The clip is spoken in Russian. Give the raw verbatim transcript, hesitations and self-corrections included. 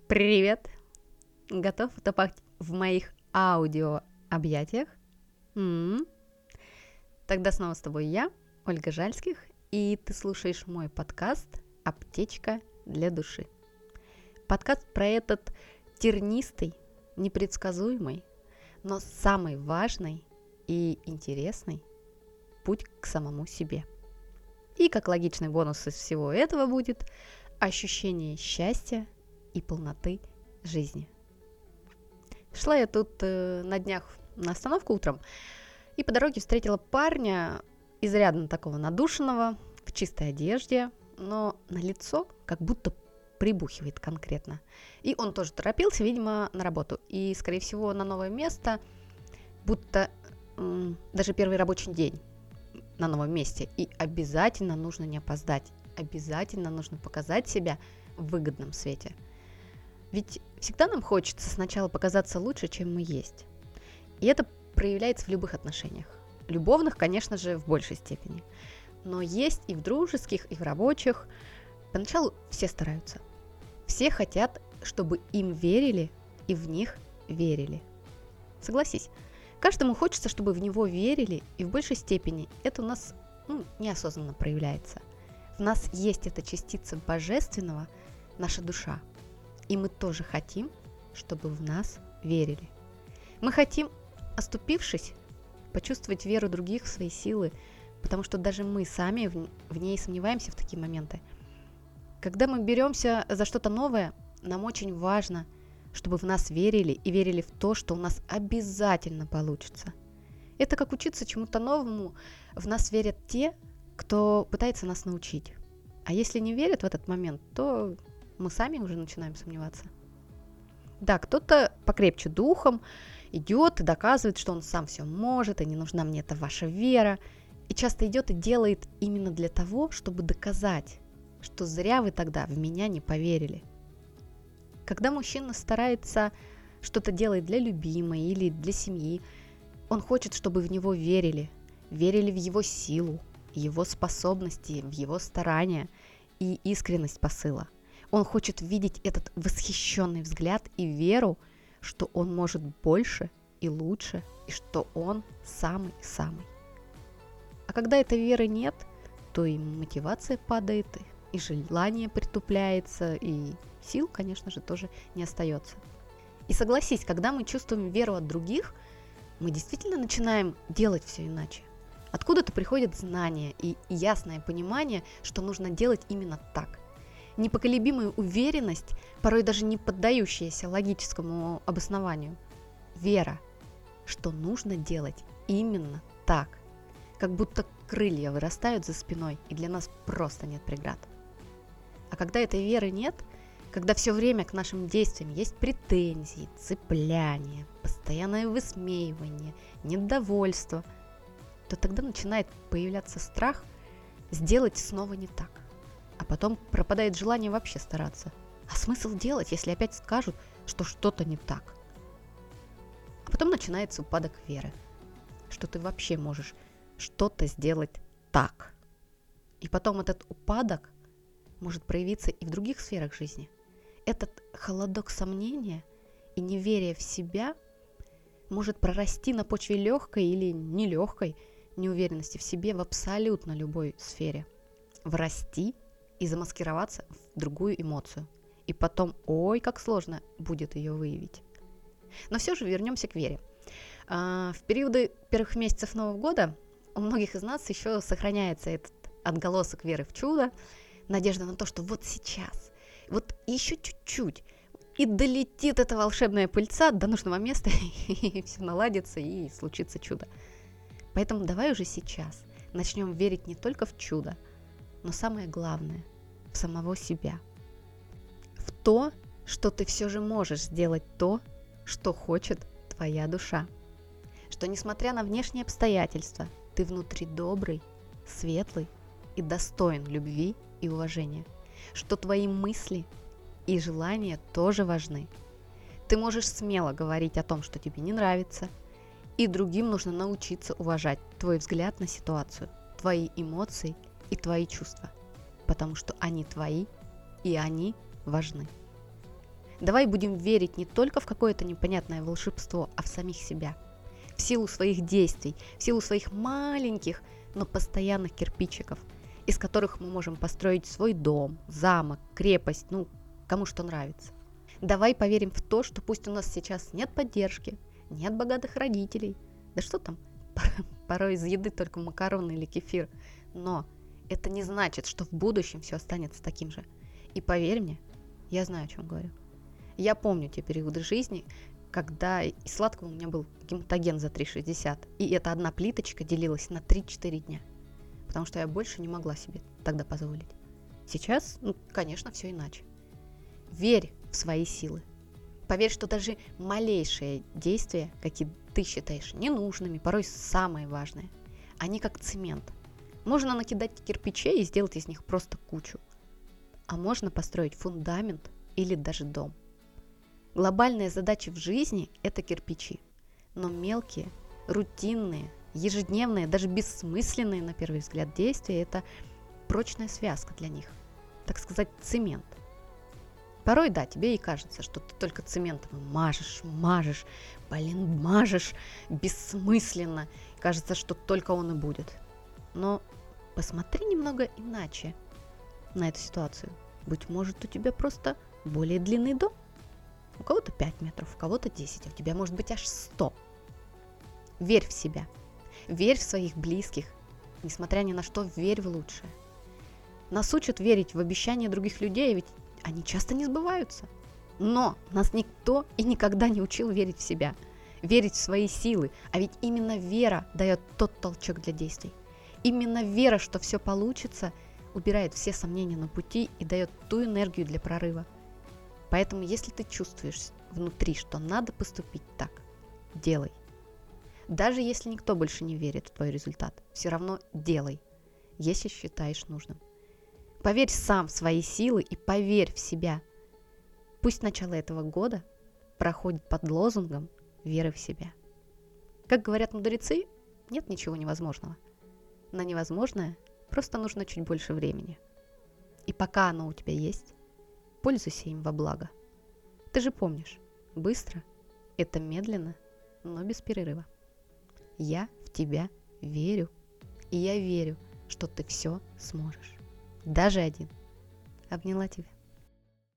Привет! Готов утопать в моих аудиообъятиях? М. Тогда снова с тобой я, Ольга Жальских, и ты слушаешь мой подкаст «Аптечка для души». Подкаст про этот тернистый, непредсказуемый, но самый важный и интересный путь к самому себе. И как логичный бонус из всего этого будет ощущение счастья и полноты жизни. Шла я тут э, на днях на остановку утром и по дороге встретила парня, изрядно такого надушенного, в чистой одежде, но на лицо как будто прибухивает конкретно. И он тоже торопился, видимо, на работу. И, скорее всего, на новое место, будто м, даже первый рабочий день на новом месте. И обязательно нужно не опоздать. Обязательно нужно показать себя в выгодном свете. Ведь всегда нам хочется сначала показаться лучше, чем мы есть. И это проявляется в любых отношениях. Любовных, конечно же, в большей степени. Но есть и в дружеских, и в рабочих. Поначалу все стараются. Все хотят, чтобы им верили и в них верили. Согласись, каждому хочется, чтобы в него верили, и в большей степени это у нас ну, неосознанно проявляется. В нас есть эта частица божественного, наша душа. И мы тоже хотим, чтобы в нас верили. Мы хотим, оступившись, почувствовать веру других в свои силы, потому что даже мы сами в, в ней сомневаемся в такие моменты. Когда мы беремся за что-то новое, нам очень важно, чтобы в нас верили и верили в то, что у нас обязательно получится. Это как учиться чему-то новому, в нас верят те, кто пытается нас научить. А если не верят в этот момент, то мы сами уже начинаем сомневаться. Да, кто-то покрепче духом идет и доказывает, что он сам все может, и не нужна мне эта ваша вера. И часто идет и делает именно для того, чтобы доказать, что зря вы тогда в меня не поверили. Когда мужчина старается что-то делать для любимой или для семьи, он хочет, чтобы в него верили, верили в его силу, его способности, в его старания и искренность посыла. Он хочет видеть этот восхищенный взгляд и веру, что он может больше и лучше, и что он самый-самый. А когда этой веры нет, то и мотивация падает, и желание притупляется, и сил, конечно же, тоже не остается. И согласись, когда мы чувствуем веру от других, мы действительно начинаем делать все иначе. Откуда-то приходит знание и ясное понимание, что нужно делать именно так. Непоколебимая уверенность, порой даже не поддающаяся логическому обоснованию. Вера, что нужно делать именно так. Как будто крылья вырастают за спиной, и для нас просто нет преград. А когда этой веры нет, когда все время к нашим действиям есть претензии, цепляние, постоянное высмеивание, недовольство, то тогда начинает появляться страх сделать снова не так. А потом пропадает желание вообще стараться. А смысл делать, если опять скажут, что что-то не так? А потом начинается упадок веры, что ты вообще можешь что-то сделать так. И потом этот упадок может проявиться и в других сферах жизни. Этот холодок сомнения и неверия в себя может прорасти на почве легкой или нелегкой неуверенности в себе в абсолютно любой сфере. Врасти и замаскироваться в другую эмоцию. И потом, ой, как сложно будет ее выявить. Но все же вернемся к вере. В периоды первых месяцев Нового года у многих из нас еще сохраняется этот отголосок веры в чудо, надежда на то, что вот сейчас, вот еще чуть-чуть, и долетит эта волшебная пыльца до нужного места, и все наладится, и случится чудо. Поэтому давай уже сейчас начнем верить не только в чудо, но самое главное – в самого себя. В то, что ты все же можешь сделать то, что хочет твоя душа. Что несмотря на внешние обстоятельства, ты внутри добрый, светлый и достоин любви и уважения. Что твои мысли и желания тоже важны. Ты можешь смело говорить о том, что тебе не нравится, и другим нужно научиться уважать твой взгляд на ситуацию, твои эмоции и твои чувства, потому что они твои, и они важны. Давай будем верить не только в какое-то непонятное волшебство, а в самих себя. В силу своих действий, в силу своих маленьких, но постоянных кирпичиков, из которых мы можем построить свой дом, замок, крепость, ну, кому что нравится. Давай поверим в то, что пусть у нас сейчас нет поддержки, нет богатых родителей, да что там, порой из еды только макароны или кефир, но это не значит, что в будущем все останется таким же. И поверь мне, я знаю, о чем говорю. Я помню те периоды жизни, когда из сладкого у меня был гематоген за три шестьдесят, и эта одна плиточка делилась на три-четыре дня, потому что я больше не могла себе тогда позволить. Сейчас, ну, конечно, все иначе. Верь в свои силы. Поверь, что даже малейшие действия, какие ты считаешь ненужными, порой самые важные, они как цемент. Можно накидать кирпичей и сделать из них просто кучу. А можно построить фундамент или даже дом. Глобальные задачи в жизни – это кирпичи. Но мелкие, рутинные, ежедневные, даже бессмысленные на первый взгляд действия – это прочная связка для них. Так сказать, цемент. Порой, да, тебе и кажется, что ты только цементом мажешь, мажешь, блин, мажешь бессмысленно. Кажется, что только он и будет. Но посмотри немного иначе на эту ситуацию. Быть может, у тебя просто более длинный дом. У кого-то пять метров, у кого-то десять, а у тебя может быть аж сто. Верь в себя. Верь в своих близких. Несмотря ни на что, верь в лучшее. Нас учат верить в обещания других людей, ведь они часто не сбываются. Но нас никто и никогда не учил верить в себя, верить в свои силы. А ведь именно вера дает тот толчок для действий. Именно вера, что все получится, убирает все сомнения на пути и дает ту энергию для прорыва. Поэтому, если ты чувствуешь внутри, что надо поступить так, делай. Даже если никто больше не верит в твой результат, все равно делай, если считаешь нужным. Поверь сам в свои силы и поверь в себя. Пусть начало этого года проходит под лозунгом веры в себя. Как говорят мудрецы, нет ничего невозможного. На невозможное просто нужно чуть больше времени. И пока оно у тебя есть, пользуйся им во благо. Ты же помнишь, быстро – это медленно, но без перерыва. Я в тебя верю, и я верю, что ты все сможешь. Даже один. Обняла тебя.